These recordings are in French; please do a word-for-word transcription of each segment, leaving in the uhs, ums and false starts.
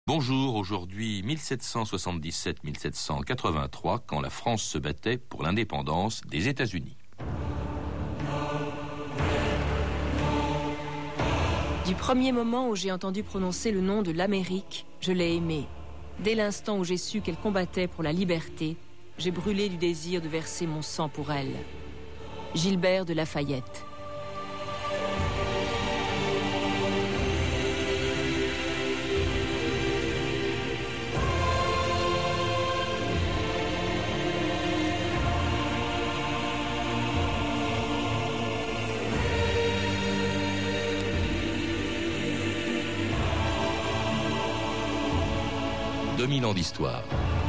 Bonjour, aujourd'hui mille sept cent soixante-dix-sept à mille sept cent quatre-vingt-trois, quand la France se battait pour l'indépendance des États-Unis. Du premier moment où j'ai entendu prononcer le nom de l'Amérique, je l'ai aimée. Dès l'instant où j'ai su qu'elle combattait pour la liberté, j'ai brûlé du désir de verser mon sang pour elle. Gilbert de Lafayette. deux mille ans d'histoire.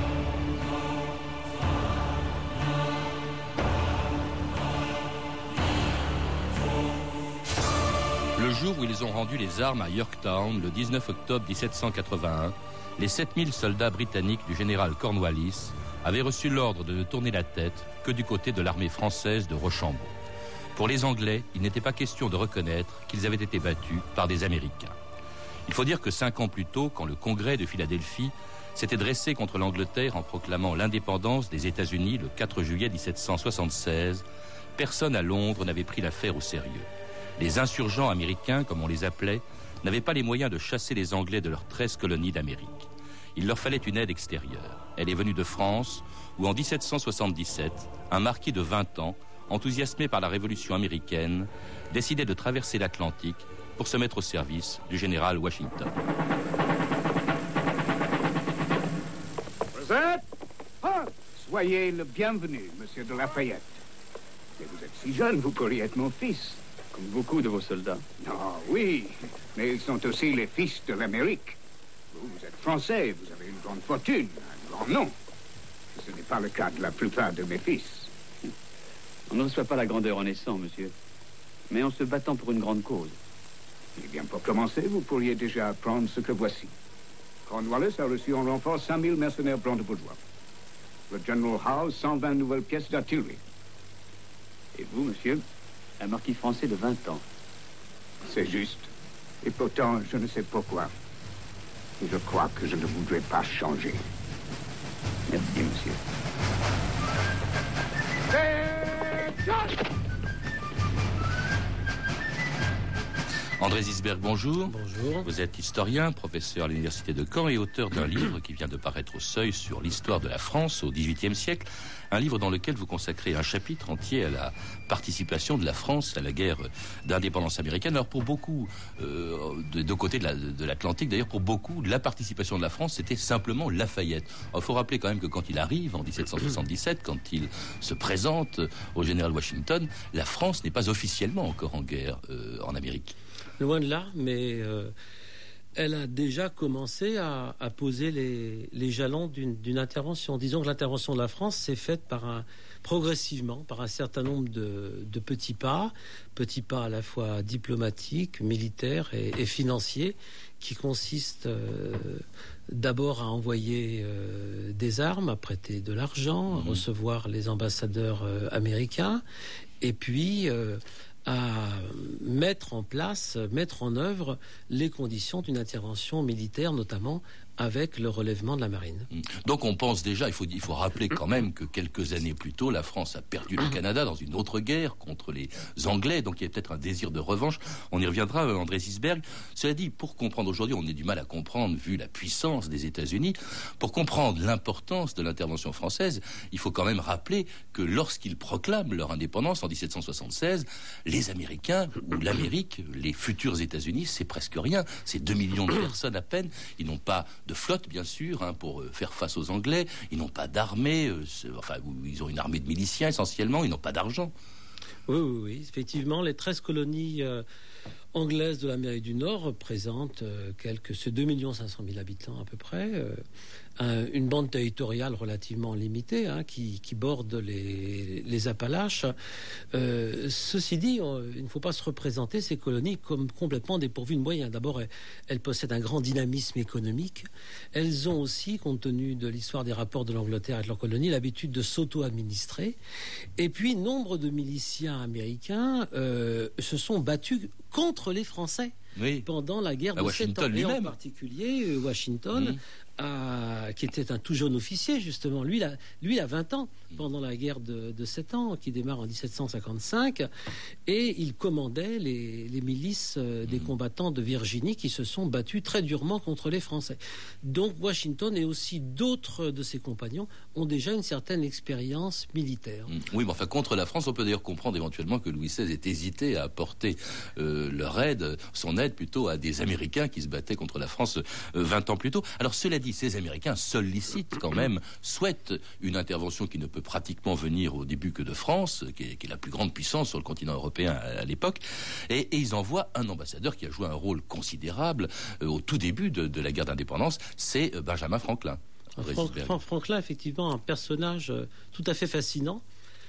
Le jour où ils ont rendu les armes à Yorktown, le dix-neuf octobre mille sept cent quatre-vingt-un, les sept mille soldats britanniques du général Cornwallis avaient reçu l'ordre de ne tourner la tête que du côté de l'armée française de Rochambeau. Pour les Anglais, il n'était pas question de reconnaître qu'ils avaient été battus par des Américains. Il faut dire que cinq ans plus tôt, quand le Congrès de Philadelphie s'était dressé contre l'Angleterre en proclamant l'indépendance des États-Unis le quatre juillet mille sept cent soixante-seize, personne à Londres n'avait pris l'affaire au sérieux. Les insurgents américains, comme on les appelait, n'avaient pas les moyens de chasser les Anglais de leurs treize colonies d'Amérique. Il leur fallait une aide extérieure. Elle est venue de France, où en mille sept cent soixante-dix-sept, un marquis de vingt ans, enthousiasmé par la Révolution américaine, décidait de traverser l'Atlantique pour se mettre au service du général Washington. Vous êtes ah, soyez le bienvenu, monsieur de Lafayette. Mais vous êtes si jeune, vous pourriez être mon fils. Comme beaucoup de vos soldats. Non, oui, mais ils sont aussi les fils de l'Amérique. Vous, vous êtes français, vous avez une grande fortune, un grand nom. Ce n'est pas le cas de la plupart de mes fils. On ne reçoit pas la grandeur en naissant, monsieur, mais en se battant pour une grande cause. Eh bien, pour commencer, vous pourriez déjà apprendre ce que voici. Cornwallis a reçu en renfort cinq mille mercenaires brandebourgeois. Le General Howe, cent vingt nouvelles pièces d'artillerie. Et vous, monsieur, un marquis français de vingt ans. C'est juste. Et pourtant, je ne sais pourquoi. Je crois que je ne voudrais pas changer. Merci, monsieur. André Zisberg, bonjour. Bonjour. Vous êtes historien, professeur à l'université de Caen et auteur d'un livre qui vient de paraître au Seuil sur l'histoire de la France au dixhuitième siècle. Un livre dans lequel vous consacrez un chapitre entier à la participation de la France à la guerre d'indépendance américaine. Alors pour beaucoup, euh, de deux côtés de, la, de l'Atlantique, d'ailleurs pour beaucoup, la participation de la France, c'était simplement Lafayette. Il faut rappeler quand même que quand il arrive en dix-sept cent soixante-dix-sept, quand il se présente au général Washington, la France n'est pas officiellement encore en guerre euh, en Amérique. Loin de là, mais euh, elle a déjà commencé à, à poser les, les jalons d'une, d'une intervention. Disons que l'intervention de la France s'est faite par un, progressivement par un certain nombre de, de petits pas, petits pas à la fois diplomatiques, militaires et, et financiers, qui consistent euh, d'abord à envoyer euh, des armes, à prêter de l'argent, à mmh. recevoir les ambassadeurs euh, américains, et puis euh, à mettre en place, mettre en œuvre les conditions d'une intervention militaire, notamment avec le relèvement de la marine. Donc on pense déjà, il faut, il faut rappeler quand même que quelques années plus tôt, la France a perdu le Canada dans une autre guerre contre les Anglais, donc il y a peut-être un désir de revanche. On y reviendra, André Zisberg. Cela dit, pour comprendre aujourd'hui, on a du mal à comprendre, vu la puissance des États-Unis, pour comprendre l'importance de l'intervention française, il faut quand même rappeler que lorsqu'ils proclament leur indépendance en dix-sept cent soixante-seize, les Américains, ou l'Amérique, les futurs États-Unis, c'est presque rien. C'est deux millions de personnes à peine. Ils n'ont pas de flotte, bien sûr, hein, pour euh, faire face aux Anglais. Ils n'ont pas d'armée, euh, enfin, ils ont une armée de miliciens essentiellement, ils n'ont pas d'argent. Oui, oui, oui. Effectivement, les treize colonies euh, anglaises de l'Amérique du Nord représentent euh, quelques ce deux millions cinq cent mille habitants à peu près, euh, un, une bande territoriale relativement limitée hein, qui, qui borde les, les Appalaches. Euh, ceci dit, on, il ne faut pas se représenter ces colonies comme complètement dépourvues de moyens. D'abord, elles, elles possèdent un grand dynamisme économique. Elles ont aussi, compte tenu de l'histoire des rapports de l'Angleterre avec leurs colonies, l'habitude de s'auto-administrer. Et puis, nombre de miliciens américains euh, se sont battus contre les Français oui. pendant la guerre à de Washington sept ans. lui-même. Et en particulier, Washington... Mmh. À, qui était un tout jeune officier, justement. Lui, il a, lui, il a vingt ans pendant la guerre de, de sept ans, qui démarre en dix-sept cent cinquante-cinq, et il commandait les, les milices euh, des combattants de Virginie qui se sont battus très durement contre les Français. Donc Washington et aussi d'autres de ses compagnons ont déjà une certaine expérience militaire. Oui, mais enfin, contre la France, on peut d'ailleurs comprendre éventuellement que Louis seize ait hésité à apporter euh, leur aide, son aide plutôt à des Américains qui se battaient contre la France euh, vingt ans plus tôt. Alors, cela dit, ces Américains sollicitent quand même, souhaitent une intervention qui ne peut pratiquement venir au début que de France, qui est, qui est la plus grande puissance sur le continent européen à, à l'époque, et, et ils envoient un ambassadeur qui a joué un rôle considérable euh, au tout début de, de la guerre d'indépendance, c'est euh, Benjamin Franklin. Frank, Frank, Franklin, effectivement, un personnage euh, tout à fait fascinant.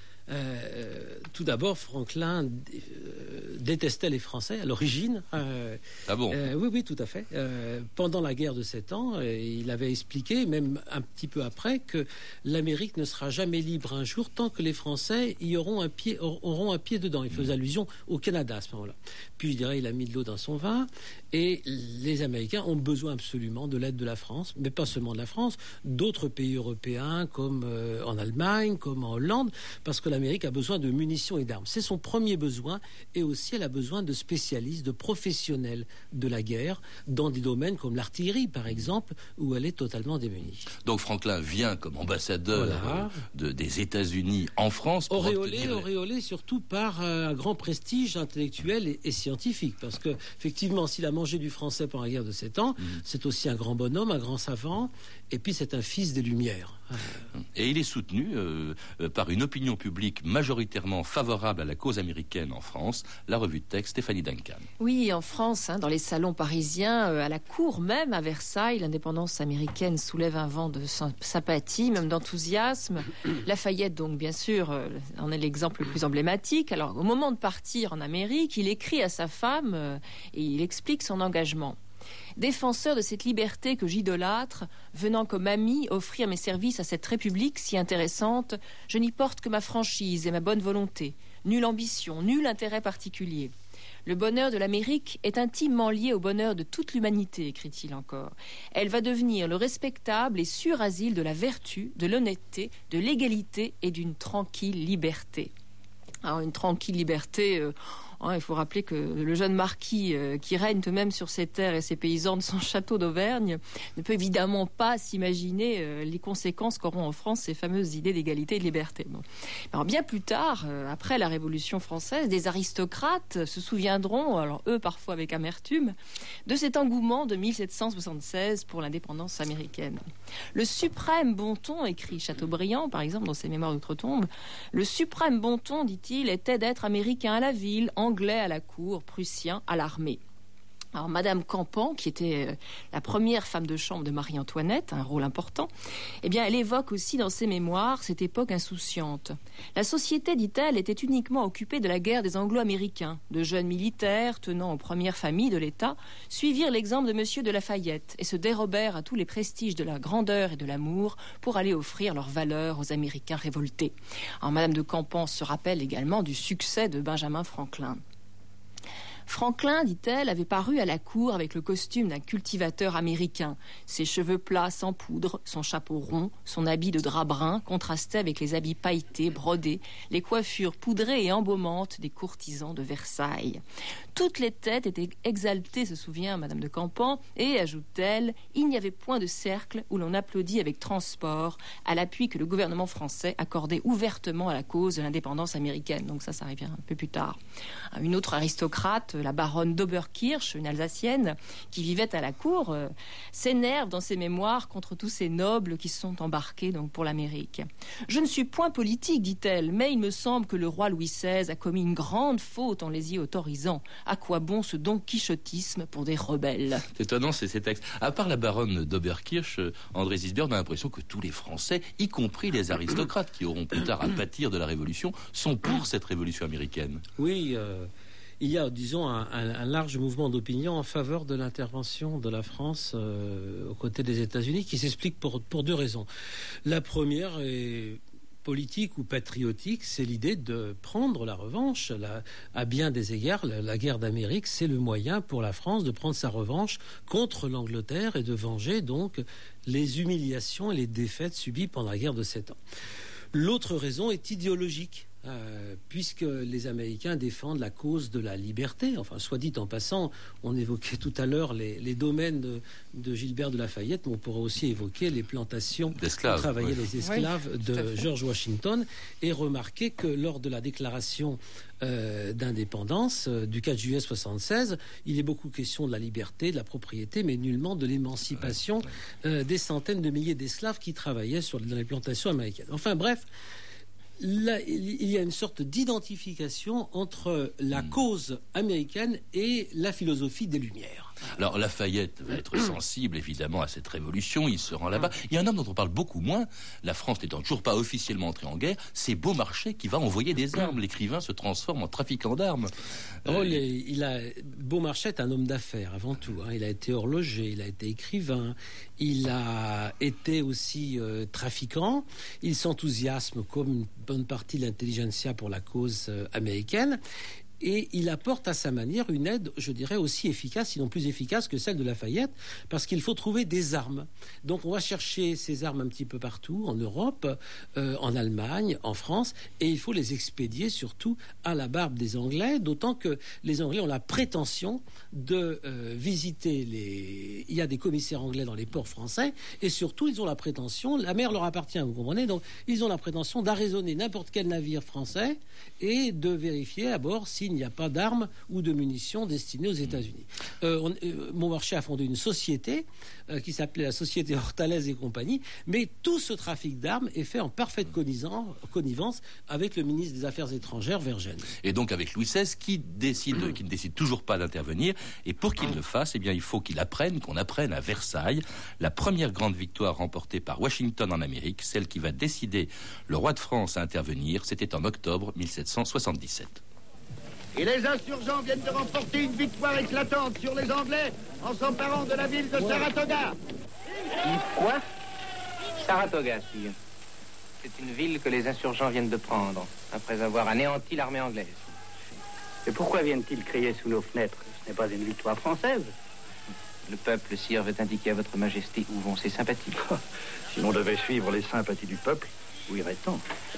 Euh, tout d'abord, Franklin euh, détestait les Français à l'origine. Euh, ah bon euh, Oui, oui, tout à fait. Euh, pendant la guerre de sept ans, euh, il avait expliqué, même un petit peu après, que l'Amérique ne sera jamais libre un jour tant que les Français y auront un pied, auront un pied dedans. Il faisait allusion au Canada à ce moment-là. Puis, je dirais, il a mis de l'eau dans son vin. Et les Américains ont besoin absolument de l'aide de la France, mais pas seulement de la France, d'autres pays européens comme euh, en Allemagne, comme en Hollande, parce que l'Amérique a besoin de munitions et d'armes. C'est son premier besoin, et aussi elle a besoin de spécialistes, de professionnels de la guerre, dans des domaines comme l'artillerie, par exemple, où elle est totalement démunie. Donc Franklin vient comme ambassadeur voilà. de, des États-Unis en France. Pour auréolé, obtenir... auréolé surtout par euh, un grand prestige intellectuel et, et scientifique, parce que effectivement, s'il a mangé du français pendant la guerre de sept ans, mmh. c'est aussi un grand bonhomme, un grand savant, et puis c'est un fils des Lumières. Et il est soutenu euh, par une opinion publique majoritairement favorable à la cause américaine en France, la revue de texte Stéphanie Duncan. Oui, en France, hein, dans les salons parisiens, euh, à la cour même, à Versailles, l'indépendance américaine soulève un vent de sympathie, même d'enthousiasme. Lafayette, donc, bien sûr, euh, en est l'exemple le plus emblématique. Alors, au moment de partir en Amérique, il écrit à sa femme euh, et il explique son engagement. Défenseur de cette liberté que j'idolâtre, venant comme ami offrir mes services à cette république si intéressante, je n'y porte que ma franchise et ma bonne volonté, nulle ambition, nul intérêt particulier. Le bonheur de l'Amérique est intimement lié au bonheur de toute l'humanité, écrit-il encore. Elle va devenir le respectable et sûr asile de la vertu, de l'honnêteté, de l'égalité et d'une tranquille liberté. Alors, une tranquille liberté... Euh, Hein, il faut rappeler que le jeune marquis euh, qui règne tout de même sur ses terres et ses paysans de son château d'Auvergne ne peut évidemment pas s'imaginer euh, les conséquences qu'auront en France ces fameuses idées d'égalité et de liberté. Bon. Alors bien plus tard, euh, après la Révolution française, des aristocrates se souviendront, alors eux parfois avec amertume, de cet engouement de mille sept cent soixante-seize pour l'indépendance américaine. Le suprême bon ton, écrit Chateaubriand par exemple dans ses Mémoires d'outre-tombe, le suprême bon ton, dit-il, était d'être américain à la ville, en anglais à la cour, prussien à l'armée. Alors, Madame Campan, qui était euh, la première femme de chambre de Marie-Antoinette, un rôle important, eh bien, elle évoque aussi dans ses mémoires cette époque insouciante. La société, dit-elle, était uniquement occupée de la guerre des Anglo-Américains. De jeunes militaires, tenant aux premières familles de l'État, suivirent l'exemple de Monsieur de Lafayette et se dérobèrent à tous les prestiges de la grandeur et de l'amour pour aller offrir leurs valeurs aux Américains révoltés. Alors, Madame de Campan se rappelle également du succès de Benjamin Franklin. Franklin, dit-elle, avait paru à la cour avec le costume d'un cultivateur américain. Ses cheveux plats sans poudre, son chapeau rond, son habit de drap brun contrastaient avec les habits pailletés, brodés, les coiffures poudrées et embaumantes des courtisans de Versailles. Toutes les têtes étaient exaltées, se souvient Madame de Campan, et, ajoute-t-elle, il n'y avait point de cercle où l'on applaudit avec transport à l'appui que le gouvernement français accordait ouvertement à la cause de l'indépendance américaine. Donc ça, ça arrive un peu plus tard. Une autre aristocrate, la baronne d'Oberkirch, une Alsacienne, qui vivait à la cour, euh, s'énerve dans ses mémoires contre tous ces nobles qui se sont embarqués donc, pour l'Amérique. « Je ne suis point politique, dit-elle, mais il me semble que le roi Louis seize a commis une grande faute en les y autorisant. À quoi bon ce don quichotisme pour des rebelles ?» C'est étonnant, c'est ces textes. À part la baronne d'Oberkirch, André Zisberg, on a l'impression que tous les Français, y compris les aristocrates qui auront plus tard à pâtir de la Révolution, sont pour cette Révolution américaine. Oui, euh... il y a, disons, un, un, un large mouvement d'opinion en faveur de l'intervention de la France euh, aux côtés des États-Unis qui s'explique pour, pour deux raisons. La première est politique ou patriotique, c'est l'idée de prendre la revanche. La, à bien des égards, la, la guerre d'Amérique, c'est le moyen pour la France de prendre sa revanche contre l'Angleterre et de venger donc les humiliations et les défaites subies pendant la guerre de Sept Ans. L'autre raison est idéologique. Euh, puisque les Américains défendent la cause de la liberté. Enfin, soit dit en passant, on évoquait tout à l'heure les, les domaines de, de Gilbert de Lafayette, mais on pourrait aussi évoquer les plantations où travaillaient oui. les esclaves oui, de George Washington, et remarquer que lors de la déclaration euh, d'indépendance euh, du quatre juillet soixante-seize, il est beaucoup question de la liberté, de la propriété, mais nullement de l'émancipation euh, des centaines de milliers d'esclaves qui travaillaient sur, dans les plantations américaines. Enfin bref, là, il y a une sorte d'identification entre la cause américaine et la philosophie des Lumières. Alors Lafayette va être sensible évidemment à cette révolution, il se rend là-bas. Il y a un homme dont on parle beaucoup moins, la France n'étant toujours pas officiellement entrée en guerre, c'est Beaumarchais qui va envoyer des armes. L'écrivain se transforme en trafiquant d'armes. Oh, euh, les, il a, Beaumarchais est un homme d'affaires avant tout. Hein. Il a été horloger, il a été écrivain, il a été aussi euh, trafiquant. Il s'enthousiasme comme une bonne partie de l'intelligentsia pour la cause euh, américaine. Et il apporte à sa manière une aide, je dirais, aussi efficace, sinon plus efficace que celle de Lafayette, parce qu'il faut trouver des armes. Donc on va chercher ces armes un petit peu partout, en Europe, euh, en Allemagne, en France, et il faut les expédier surtout à la barbe des Anglais, d'autant que les Anglais ont la prétention de euh, visiter les... Il y a des commissaires anglais dans les ports français, et surtout ils ont la prétention, la mer leur appartient, vous comprenez, donc ils ont la prétention d'arraisonner n'importe quel navire français et de vérifier à bord si il n'y a pas d'armes ou de munitions destinées aux États-Unis. Euh, euh, Beaumarchais a fondé une société euh, qui s'appelait la Société Hortalès et compagnie, mais tout ce trafic d'armes est fait en parfaite connivence avec le ministre des Affaires étrangères, Vergennes. Et donc avec Louis seize qui décide, qui ne décide toujours pas d'intervenir, et pour qu'il le fasse, eh bien il faut qu'il apprenne, qu'on apprenne à Versailles la première grande victoire remportée par Washington en Amérique, celle qui va décider le roi de France à intervenir. C'était en octobre mille sept cent soixante-dix-sept. Et les insurgents viennent de remporter une victoire éclatante sur les Anglais en s'emparant de la ville de Saratoga. Quoi? Saratoga, sire. C'est une ville que les insurgents viennent de prendre, après avoir anéanti l'armée anglaise. Et pourquoi viennent-ils crier sous nos fenêtres? Ce n'est pas une victoire française. Le peuple, sire, veut indiquer à votre majesté où vont ses sympathies. Si l'on devait suivre les sympathies du peuple, où irait-on?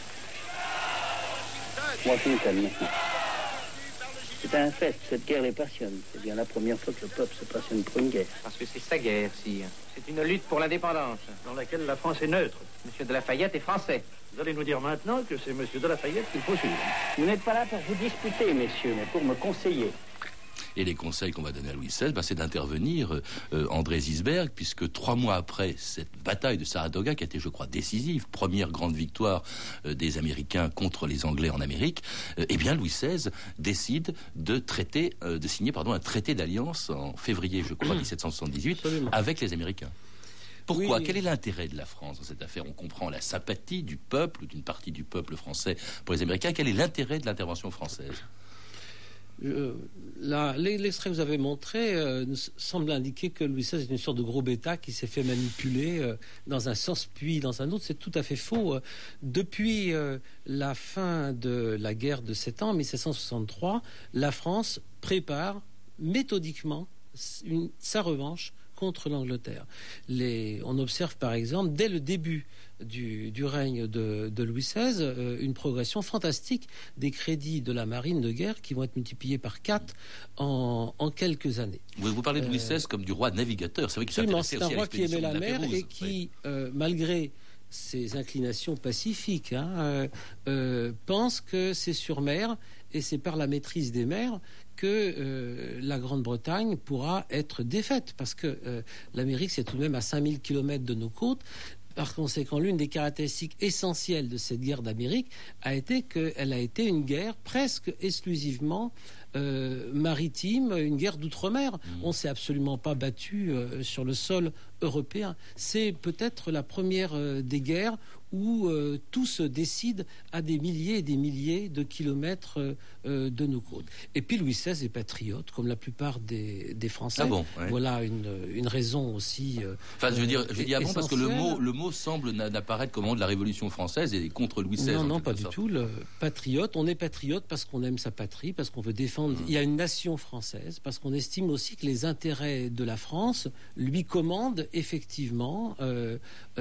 Washington, maintenant. C'est un fait, cette guerre les passionne. C'est bien la première fois que le peuple se passionne pour une guerre. Parce que c'est sa guerre, sire. C'est une lutte pour l'indépendance. Dans laquelle la France est neutre. Monsieur de Lafayette est français. Vous allez nous dire maintenant que c'est Monsieur de Lafayette qu'il faut suivre. Vous n'êtes pas là pour vous disputer, messieurs, mais pour me conseiller. Et les conseils qu'on va donner à Louis seize, bah, c'est d'intervenir euh, André Gisberg, puisque trois mois après cette bataille de Saratoga, qui a été, je crois, décisive, première grande victoire euh, des Américains contre les Anglais en Amérique, euh, eh bien Louis seize décide de traiter, euh, de signer, pardon, un traité d'alliance en février, je crois, dix-sept cent soixante-dix-huit, Absolument. Avec les Américains. Pourquoi? Oui. Quel est l'intérêt de la France dans cette affaire? On comprend la sympathie du peuple, ou d'une partie du peuple français pour les Américains. Quel est l'intérêt de l'intervention française? Euh, la, l'extrait que vous avez montré euh, semble indiquer que Louis seize est une sorte de gros bêta qui s'est fait manipuler euh, dans un sens puis dans un autre. C'est tout à fait faux. Euh, depuis euh, la fin de la guerre de Sept Ans, en mille sept cent soixante-trois, la France prépare méthodiquement une, sa revanche contre l'Angleterre. Les, on observe par exemple, dès le début du, du règne de, de Louis seize, euh, une progression fantastique des crédits de la marine de guerre qui vont être multipliés par quatre en, en quelques années. Vous, vous parlez de Louis seize euh, comme du roi navigateur. C'est vrai qu'il s'intéressait aussi à l'expédition de la C'est un roi qui aimait la mer Pérouse. Et qui, oui. euh, malgré ses inclinations pacifiques, hein, euh, euh, pense que c'est sur mer et c'est par la maîtrise des mers que euh, la Grande-Bretagne pourra être défaite, parce que euh, l'Amérique, c'est tout de même à cinq mille kilomètres de nos côtes. Par conséquent, l'une des caractéristiques essentielles de cette guerre d'Amérique a été qu'elle a été une guerre presque exclusivement euh, maritime, une guerre d'outre-mer. Mmh. On ne s'est absolument pas battu euh, sur le sol européen. C'est peut-être la première euh, des guerres où euh, tout se décide à des milliers et des milliers de kilomètres euh, de nos côtes. Et puis Louis seize est patriote, comme la plupart des, des Français. Ah bon, ouais. Voilà une, une raison aussi. Euh, enfin, je veux dire, je dis ah bon parce que le mot, le mot semble n'apparaître qu'au moment de la Révolution française et contre Louis seize. Non, non, pas du tout. Le patriote, on est patriote parce qu'on aime sa patrie, parce qu'on veut défendre. Mmh. Il y a une nation française, parce qu'on estime aussi que les intérêts de la France lui commandent effectivement euh,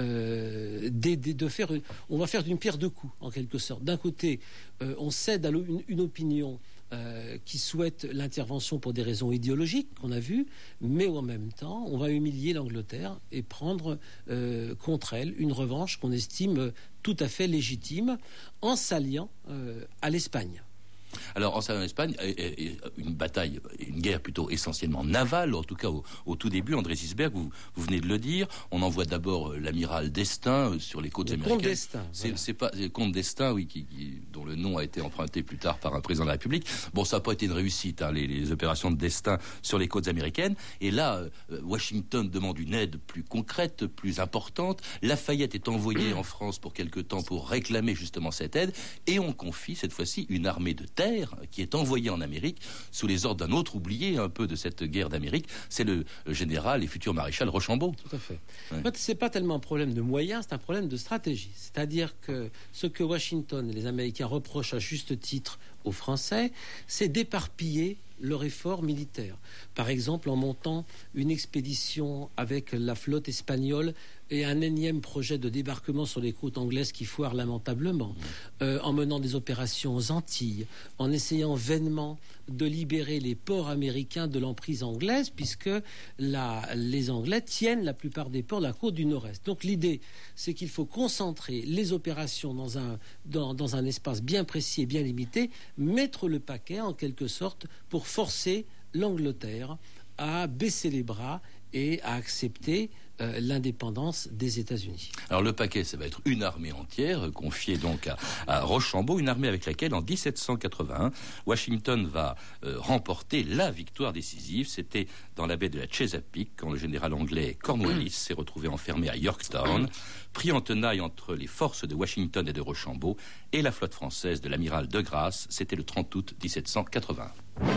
euh, de, de, de faire. Une, on va faire d'une pierre deux coups, en quelque sorte. D'un côté, euh, on cède à une, une opinion euh, qui souhaite l'intervention pour des raisons idéologiques qu'on a vues, mais en même temps, on va humilier l'Angleterre et prendre euh, contre elle une revanche qu'on estime tout à fait légitime en s'alliant euh, à l'Espagne. Alors, en Espagne, une bataille, une guerre plutôt essentiellement navale, en tout cas au, au tout début. André Sisberg, vous, vous venez de le dire. On envoie d'abord l'amiral d'Estaing sur les côtes le américaines. Comte d'Estaing. C'est, voilà. c'est pas le comte d'Estaing, oui, qui, qui, dont le nom a été emprunté plus tard par un président de la République. Bon, ça n'a pas été une réussite, hein, les, les opérations d'Estaing sur les côtes américaines. Et là, euh, Washington demande une aide plus concrète, plus importante. Lafayette est envoyé en France pour quelque temps pour réclamer justement cette aide. Et on confie cette fois-ci une armée de terre qui est envoyé en Amérique sous les ordres d'un autre oublié un peu de cette guerre d'Amérique, c'est le général et futur maréchal Rochambeau. Tout à fait. Ouais. En fait, c'est pas tellement un problème de moyens, c'est un problème de stratégie. C'est-à-dire que ce que Washington et les Américains reprochent à juste titre aux Français, c'est d'éparpiller leur effort militaire. Par exemple, en montant une expédition avec la flotte espagnole et un énième projet de débarquement sur les côtes anglaises qui foire lamentablement, euh, en menant des opérations aux Antilles, en essayant vainement de libérer les ports américains de l'emprise anglaise, puisque la, les Anglais tiennent la plupart des ports de la côte du Nord-Est. Donc l'idée, c'est qu'il faut concentrer les opérations dans un, dans, dans un espace bien précis et bien limité, mettre le paquet en quelque sorte pour forcer l'Angleterre à baisser les bras et à accepter euh, l'indépendance des États-Unis. Alors le paquet, ça va être une armée entière, euh, confiée donc à, à Rochambeau, une armée avec laquelle, en dix-sept cent quatre-vingt-un, Washington va euh, remporter la victoire décisive. C'était dans la baie de la Chesapeake, quand le général anglais Cornwallis s'est retrouvé enfermé à Yorktown, pris en tenaille entre les forces de Washington et de Rochambeau et la flotte française de l'amiral de Grasse. C'était le trente août dix-sept cent quatre-vingt-un.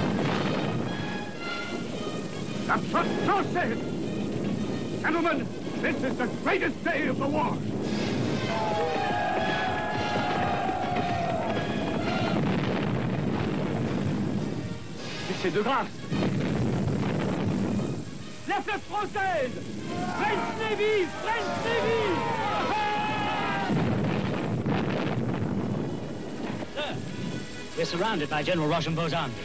La flotte française! Gentlemen, this is the greatest day of the war! C'est de grâce! La flotte française! French Navy! French Navy! Sir, we're surrounded by General Rochambeau's army.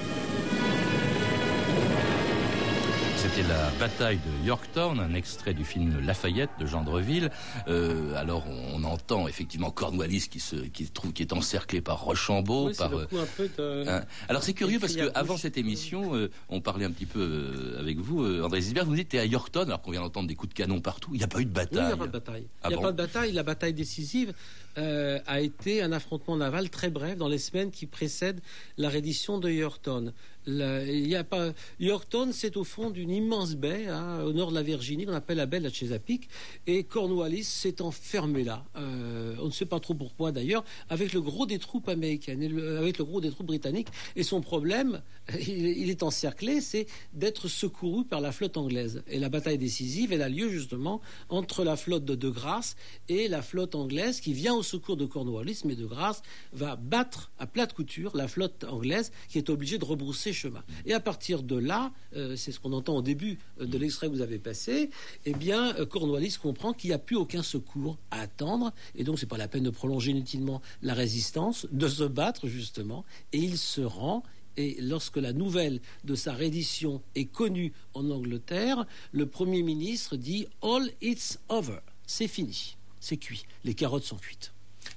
C'était la bataille de Yorktown, un extrait du film Lafayette de Jean Dreville. Euh, alors on, on entend effectivement Cornwallis qui se qui trouve qui est encerclé par Rochambeau. Oui, par, c'est le coup un peu de... hein. Alors c'est curieux parce que avant cette émission, euh, on parlait un petit peu euh, avec vous, euh, André Sisberg. Vous dites t'es à Yorktown alors qu'on vient d'entendre des coups de canon partout. Il n'y a pas eu de bataille. Oui, il n'y a pas de bataille. Ah il n'y a bon pas de bataille. La bataille décisive euh, a été un affrontement naval très bref dans les semaines qui précèdent la reddition de Yorktown. La, il y a pas, Yorktown, c'est au fond d'une immense baie hein, au nord de la Virginie qu'on appelle la baie de la Chesapeake, et Cornwallis s'est enfermé là. Euh, on ne sait pas trop pourquoi d'ailleurs, avec le gros des troupes américaines, et le, avec le gros des troupes britanniques. Et son problème, il, il est encerclé, c'est d'être secouru par la flotte anglaise. Et la bataille décisive, elle a lieu justement entre la flotte de De Grasse et la flotte anglaise qui vient au secours de Cornwallis, mais De Grasse va battre à plate couture la flotte anglaise qui est obligée de rebrousser chemin. Et à partir de là, euh, c'est ce qu'on entend au début euh, de l'extrait que vous avez passé, eh bien, euh, Cornwallis comprend qu'il n'y a plus aucun secours à attendre, et donc c'est pas la peine de prolonger inutilement la résistance, de se battre justement, et il se rend. Et lorsque la nouvelle de sa reddition est connue en Angleterre, le Premier ministre dit « All it's over », c'est fini, c'est cuit, les carottes sont cuites.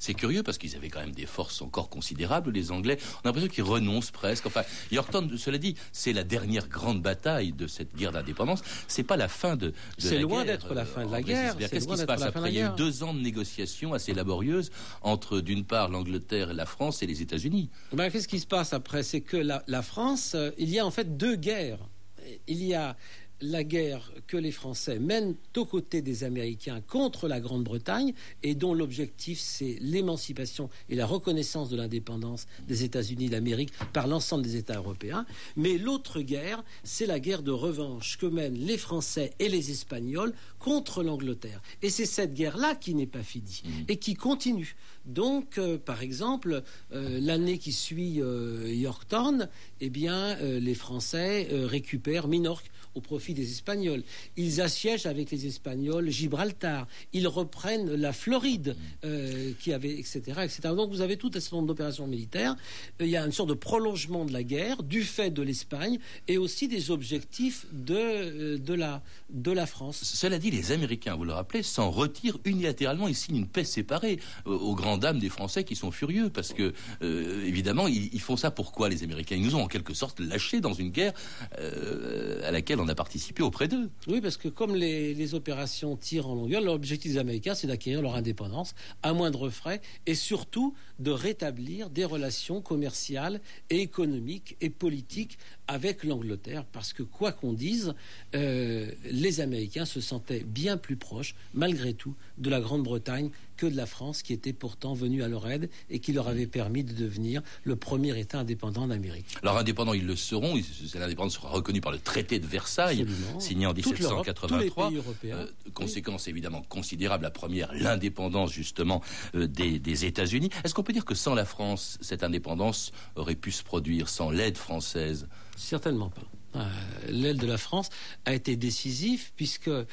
C'est curieux parce qu'ils avaient quand même des forces encore considérables, les Anglais. On a l'impression qu'ils renoncent presque. Enfin, Yorktown, cela dit, c'est la dernière grande bataille de cette guerre d'indépendance. C'est pas la fin de, de la guerre. C'est loin d'être la fin de la guerre. Qu'est-ce qui se passe après? Il y a eu deux ans de négociations assez laborieuses entre, d'une part, l'Angleterre et la France et les États-Unis. Ben, qu'est-ce qui se passe après? C'est que la, la France, euh, il y a en fait deux guerres. Il y a la guerre que les Français mènent aux côtés des Américains contre la Grande-Bretagne et dont l'objectif c'est l'émancipation et la reconnaissance de l'indépendance des États-Unis d'Amérique par l'ensemble des États européens. Mais l'autre guerre, c'est la guerre de revanche que mènent les Français et les Espagnols contre l'Angleterre. Et c'est cette guerre-là qui n'est pas finie et qui continue. Donc, euh, par exemple, euh, l'année qui suit euh, Yorktown, eh bien, euh, les Français euh, récupèrent Minorque au profit des Espagnols. Ils assiègent avec les Espagnols Gibraltar. Ils reprennent la Floride, euh, qui avait, et cetera, et cetera. Donc vous avez tout un certain nombre d'opérations militaires. Il y a une sorte de prolongement de la guerre du fait de l'Espagne et aussi des objectifs de, de, la, de la France. Cela dit, les Américains, vous le rappelez, s'en retirent unilatéralement. Ils signent une paix séparée euh, aux grandes dames des Français qui sont furieux parce que, euh, évidemment, ils, ils font ça pourquoi, les Américains? Ils nous ont en quelque sorte lâchés dans une guerre euh, à laquelle on a participé auprès d'eux. Oui, parce que comme les, les opérations tirent en longueur, l'objectif des Américains, c'est d'acquérir leur indépendance à moindre frais et surtout de rétablir des relations commerciales et économiques et politiques avec l'Angleterre, parce que quoi qu'on dise, euh, les Américains se sentaient bien plus proches, malgré tout, de la Grande-Bretagne que de la France, qui était pourtant venue à leur aide et qui leur avait permis de devenir le premier État indépendant d'Amérique. Alors indépendants, ils le seront. L'indépendance sera reconnue par le traité de Versailles, Absolument. signé en dix-sept cent quatre-vingt-trois. Tous les pays européens. Euh, conséquence oui. évidemment considérable. La première, l'indépendance justement euh, des, des États-Unis. Est-ce qu'on peut dire que sans la France, cette indépendance aurait pu se produire, sans l'aide française? Certainement pas. Euh, l'aile de la France a été décisive puisque euh,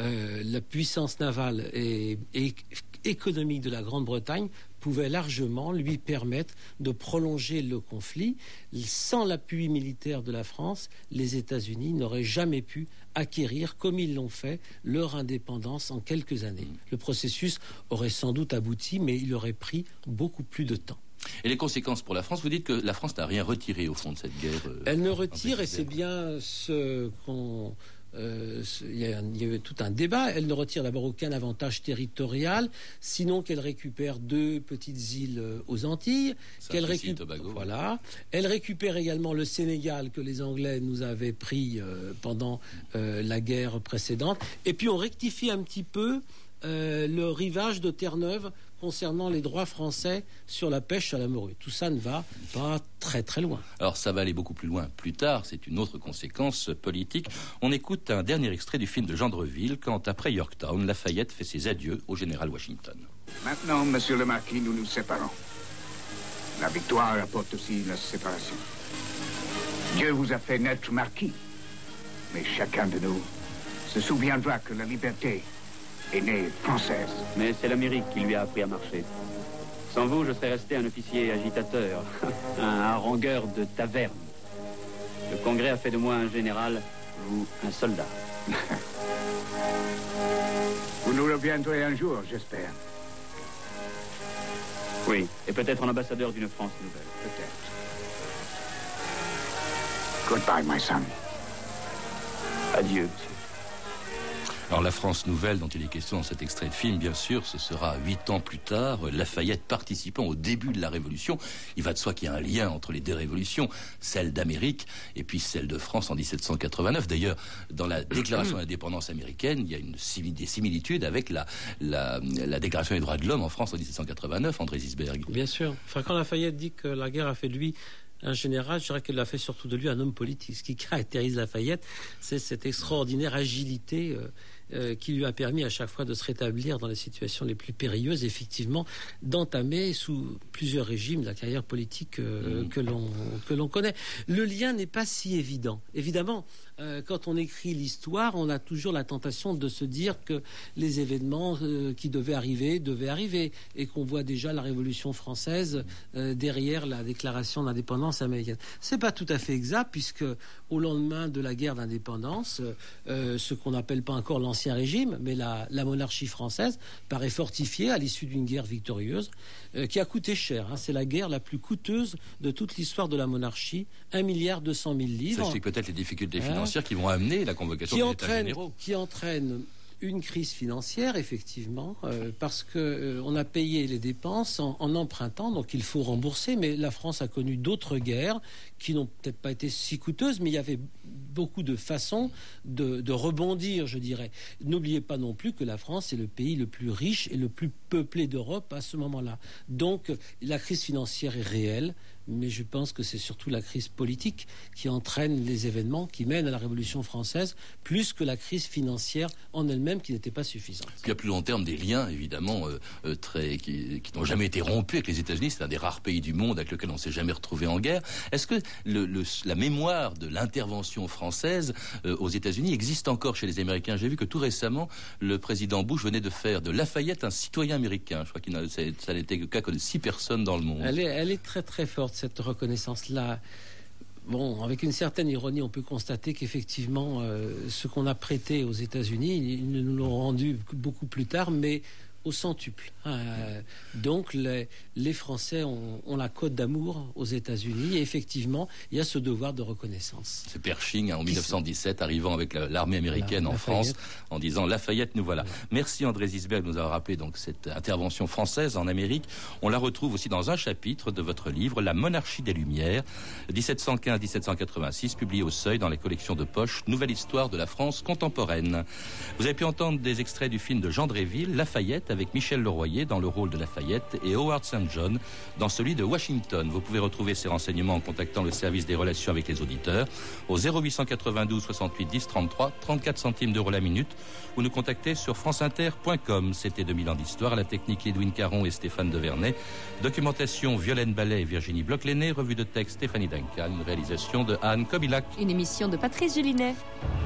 la puissance navale et, et économique de la Grande-Bretagne pouvait largement lui permettre de prolonger le conflit. Sans l'appui militaire de la France, les États-Unis n'auraient jamais pu acquérir, comme ils l'ont fait, leur indépendance en quelques années. Le processus aurait sans doute abouti, mais il aurait pris beaucoup plus de temps. Et les conséquences pour la France, vous dites que la France n'a rien retiré au fond de cette guerre. Euh, Elle ne retire, et c'est bien ce qu'on... Euh, il y a, il y a eu tout un débat. Elle ne retire d'abord aucun avantage territorial, sinon qu'elle récupère deux petites îles euh, aux Antilles. Qu'elle récupère, voilà. Elle récupère également le Sénégal que les Anglais nous avaient pris euh, pendant euh, la guerre précédente. Et puis on rectifie un petit peu euh, le rivage de Terre-Neuve concernant les droits français sur la pêche à la morue. Tout ça ne va pas très très loin. Alors ça va aller beaucoup plus loin plus tard, c'est une autre conséquence politique. On écoute un dernier extrait du film de Gendreville quand, après Yorktown, Lafayette fait ses adieux au général Washington. Maintenant, monsieur le marquis, nous nous séparons. La victoire apporte aussi la séparation. Dieu vous a fait naître marquis, mais chacun de nous se souviendra que la liberté est née française. Mais c'est l'Amérique qui lui a appris à marcher. Sans vous, je serais resté un officier agitateur, un harangueur de taverne. Le Congrès a fait de moi un général, vous, un soldat. Vous nous reviendrez un jour, j'espère. Oui, et peut-être en ambassadeur d'une France nouvelle. Peut-être. Goodbye, my son. Adieu, monsieur. Alors la France nouvelle dont il est question dans cet extrait de film, bien sûr, ce sera huit ans plus tard, Lafayette participant au début de la Révolution. Il va de soi qu'il y a un lien entre les deux révolutions, celle d'Amérique et puis celle de France en dix-sept cent quatre-vingt-neuf. D'ailleurs, dans la déclaration d'indépendance américaine, il y a une, des similitudes avec la, la, la déclaration des droits de l'homme en France en dix-sept cent quatre-vingt-neuf, André Gisberg. Bien sûr. Enfin, quand Lafayette dit que la guerre a fait de lui un général, je dirais qu'elle a fait surtout de lui un homme politique. Ce qui caractérise Lafayette, c'est cette extraordinaire agilité euh, euh, qui lui a permis à chaque fois de se rétablir dans les situations les plus périlleuses, effectivement, d'entamer sous plusieurs régimes la carrière politique euh, mmh. que l'on que l'on connaît. Le lien n'est pas si évident. Évidemment, euh, quand on écrit l'histoire, on a toujours la tentation de se dire que les événements euh, qui devaient arriver devaient arriver et qu'on voit déjà la Révolution française euh, derrière la déclaration d'indépendance américaine. C'est pas tout à fait exact, puisque au lendemain de la guerre d'indépendance, euh, ce qu'on n'appelle pas encore l'ancien régime, mais la, la monarchie française paraît fortifiée à l'issue d'une guerre victorieuse euh, qui a coûté cher. Hein. C'est la guerre la plus coûteuse de toute l'histoire de la monarchie, un milliard deux cent mille livres. Ça explique peut-être les difficultés financières hein, qui vont amener la convocation des États généraux. Qui entraîne une crise financière, effectivement, euh, parce que euh, on a payé les dépenses en, en empruntant, donc il faut rembourser. Mais la France a connu d'autres guerres qui n'ont peut-être pas été si coûteuses, mais il y avait beaucoup de façons de, de rebondir, je dirais. N'oubliez pas non plus que la France est le pays le plus riche et le plus peuplé d'Europe à ce moment-là. Donc la crise financière est réelle, mais je pense que c'est surtout la crise politique qui entraîne les événements qui mènent à la Révolution française, plus que la crise financière en elle-même qui n'était pas suffisante. Puis à plus long terme, des liens évidemment euh, euh, très, qui, qui n'ont jamais été rompus avec les États-Unis. C'est un des rares pays du monde avec lequel on ne s'est jamais retrouvé en guerre. Est-ce que le, le, la mémoire de l'intervention française euh, aux États-Unis existe encore chez les Américains? J'ai vu que tout récemment, le président Bush venait de faire de Lafayette un citoyen américain. Je crois qu'il n'a, ça, ça n'était le cas que de six personnes dans le monde. Elle est, elle est très très forte, cette reconnaissance-là. Bon, avec une certaine ironie, on peut constater qu'effectivement, euh, ce qu'on a prêté aux États-Unis, ils nous l'ont rendu beaucoup plus tard, mais au centuple. Euh, donc, les, les Français ont, ont la cote d'amour aux États-Unis, et effectivement, il y a ce devoir de reconnaissance. C'est Pershing, hein, en dix-neuf cent dix-sept, arrivant avec la, l'armée américaine la, en France, en disant Lafayette, nous voilà. voilà. Merci André Zisberg de nous avoir rappelé donc cette intervention française en Amérique. On la retrouve aussi dans un chapitre de votre livre, La monarchie des Lumières, dix-sept cent quinze à dix-sept cent quatre-vingt-six, publié au Seuil dans les collections de poche, Nouvelle histoire de la France contemporaine. Vous avez pu entendre des extraits du film de Jean Dréville, Lafayette, avec Michel Leroyer dans le rôle de Lafayette et Howard Saint John dans celui de Washington. Vous pouvez retrouver ces renseignements en contactant le service des relations avec les auditeurs au zéro huit cent quatre-vingt-douze soixante-huit dix trente-trois, trente-quatre centimes d'euros la minute, ou nous contacter sur franceinter point com. C'était deux mille ans d'histoire, à la technique Edwin Caron et Stéphane Devernay, documentation Violaine Ballet et Virginie Bloch-Lenné, revue de texte Stéphanie Duncan, une réalisation de Anne Kobilac. Une émission de Patrice Gélinet.